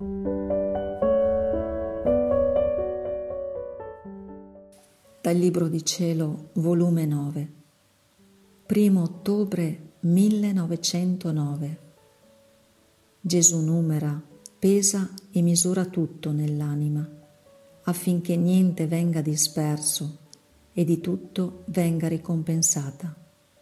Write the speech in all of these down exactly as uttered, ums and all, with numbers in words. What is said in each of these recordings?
Dal Libro di Cielo, volume nove, primo ottobre millenovecentonove. Gesù numera, pesa e misura tutto nell'anima, affinché niente venga disperso e di tutto venga ricompensata.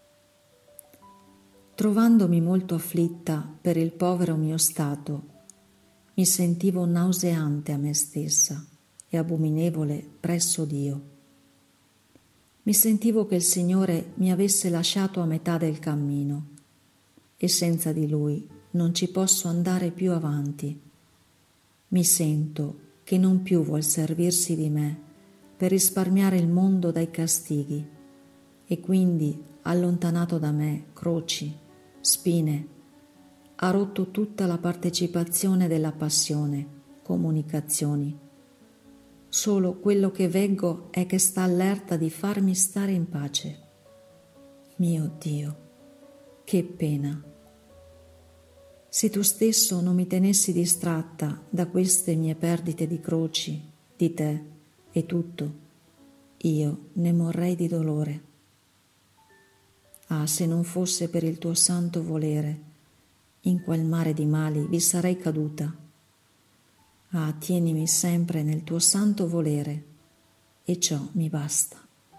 Trovandomi molto afflitta per il povero mio stato, mi sentivo nauseante a me stessa e abominevole presso Dio. Mi sentivo che il Signore mi avesse lasciato a metà del cammino e senza di Lui non ci posso andare più avanti. Mi sento che non più vuol servirsi di me per risparmiare il mondo dai castighi e quindi, allontanato da me croci, spine, ha rotto tutta la partecipazione della passione, comunicazioni. Solo quello che veggo è che sta allerta di farmi stare in pace. Mio Dio, che pena! Se tu stesso non mi tenessi distratta da queste mie perdite di croci, di te e tutto, io ne morrei di dolore. Ah, se non fosse per il tuo santo volere, in quel mare di mali vi sarei caduta. Ah, tienimi sempre nel tuo santo volere, e ciò mi basta.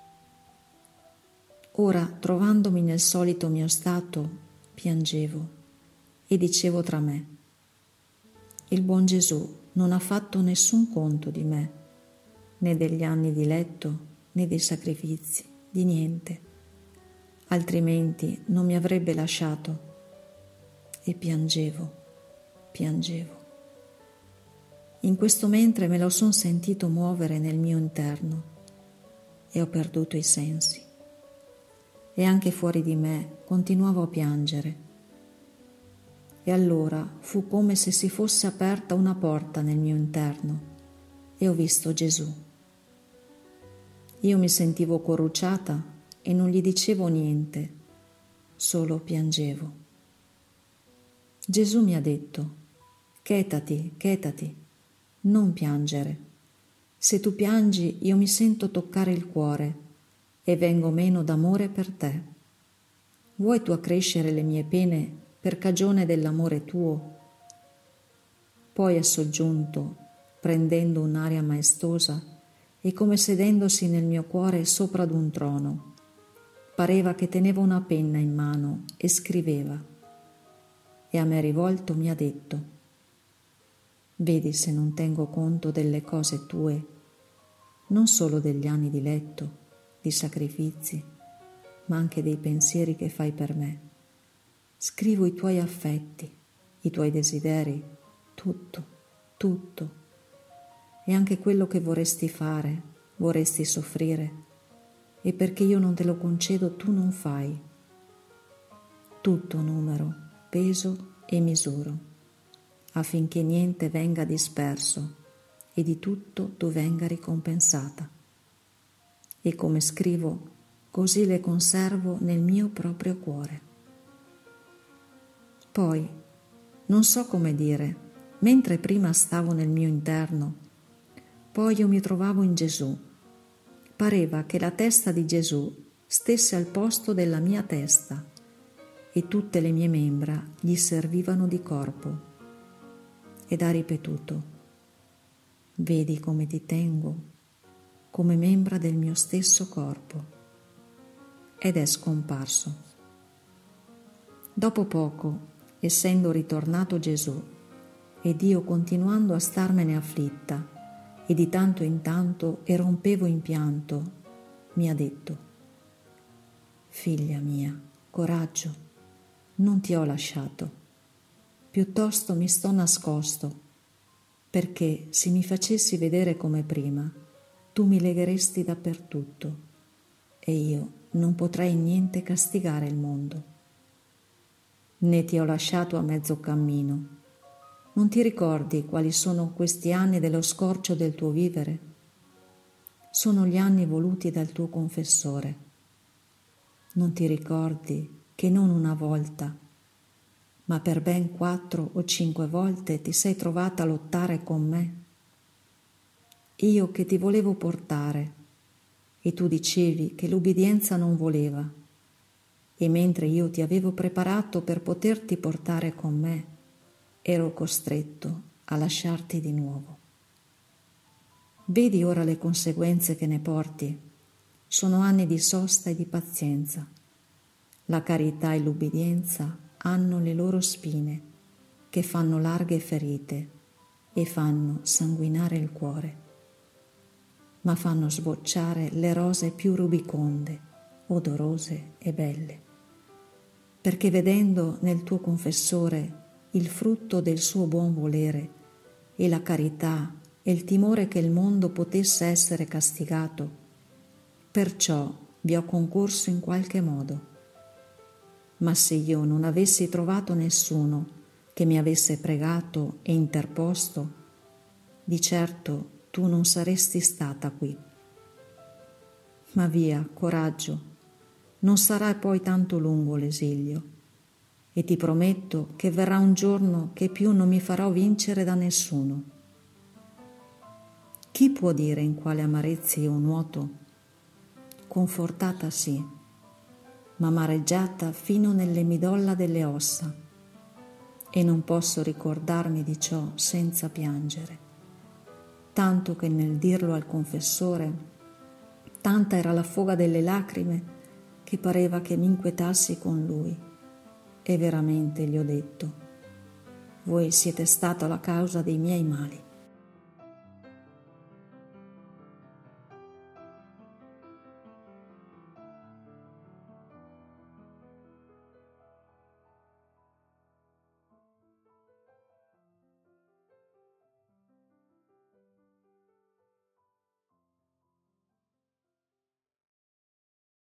Ora, trovandomi nel solito mio stato, piangevo e dicevo tra me: il buon Gesù non ha fatto nessun conto di me, né degli anni di letto, né dei sacrifizi, di niente, altrimenti non mi avrebbe lasciato. E piangevo, piangevo. In questo mentre me lo son sentito muovere nel mio interno e ho perduto i sensi. E anche fuori di me continuavo a piangere. E allora fu come se si fosse aperta una porta nel mio interno e ho visto Gesù. Io mi sentivo corrucciata e non gli dicevo niente, solo piangevo. Gesù mi ha detto: chetati, chetati. Non piangere. Se tu piangi, io mi sento toccare il cuore e vengo meno d'amore per te. Vuoi tu accrescere le mie pene per cagione dell'amore tuo? Poi ha soggiunto, prendendo un'aria maestosa e come sedendosi nel mio cuore sopra d'un trono. Pareva che teneva una penna in mano e scriveva. E a me rivolto mi ha detto: vedi se non tengo conto delle cose tue, non solo degli anni di letto, di sacrifici, ma anche dei pensieri che fai per me. Scrivo i tuoi affetti, i tuoi desideri, tutto, tutto, e anche quello che vorresti fare, vorresti soffrire, e perché io non te lo concedo tu non fai. Tutto numero, peso e misuro, affinché niente venga disperso e di tutto tu venga ricompensata. E come scrivo, così le conservo nel mio proprio cuore. Poi, non so come dire, mentre prima stavo nel mio interno, poi io mi trovavo in Gesù. Pareva che la testa di Gesù stesse al posto della mia testa e tutte le mie membra gli servivano di corpo. Ed ha ripetuto: vedi come ti tengo, come membra del mio stesso corpo. Ed è scomparso. Dopo poco, essendo ritornato Gesù, ed io continuando a starmene afflitta, e di tanto in tanto erompevo in pianto, mi ha detto: figlia mia, coraggio, non ti ho lasciato. Piuttosto mi sto nascosto, perché se mi facessi vedere come prima, tu mi legheresti dappertutto e io non potrei niente castigare il mondo. Né ti ho lasciato a mezzo cammino. Non ti ricordi quali sono questi anni dello scorcio del tuo vivere? Sono gli anni voluti dal tuo confessore. Non ti ricordi che non una volta, ma per ben quattro o cinque volte ti sei trovata a lottare con me. Io che ti volevo portare, e tu dicevi che l'ubbidienza non voleva, e mentre io ti avevo preparato per poterti portare con me, ero costretto a lasciarti di nuovo. Vedi ora le conseguenze che ne porti. Sono anni di sosta e di pazienza. La carità e l'ubbidienza hanno le loro spine, che fanno larghe ferite e fanno sanguinare il cuore, ma fanno sbocciare le rose più rubiconde, odorose e belle, perché vedendo nel tuo confessore il frutto del suo buon volere e la carità e il timore che il mondo potesse essere castigato, perciò vi ho concorso in qualche modo. Ma se io non avessi trovato nessuno che mi avesse pregato e interposto, di certo tu non saresti stata qui. Ma via, coraggio, non sarà poi tanto lungo l'esilio, e ti prometto che verrà un giorno che più non mi farò vincere da nessuno. Chi può dire in quale amarezze io nuoto? Confortata sì, ma amareggiata fino nelle midolla delle ossa, e non posso ricordarmi di ciò senza piangere, tanto che nel dirlo al confessore, tanta era la foga delle lacrime che pareva che mi inquietassi con lui, e veramente gli ho detto: voi siete stata la causa dei miei mali.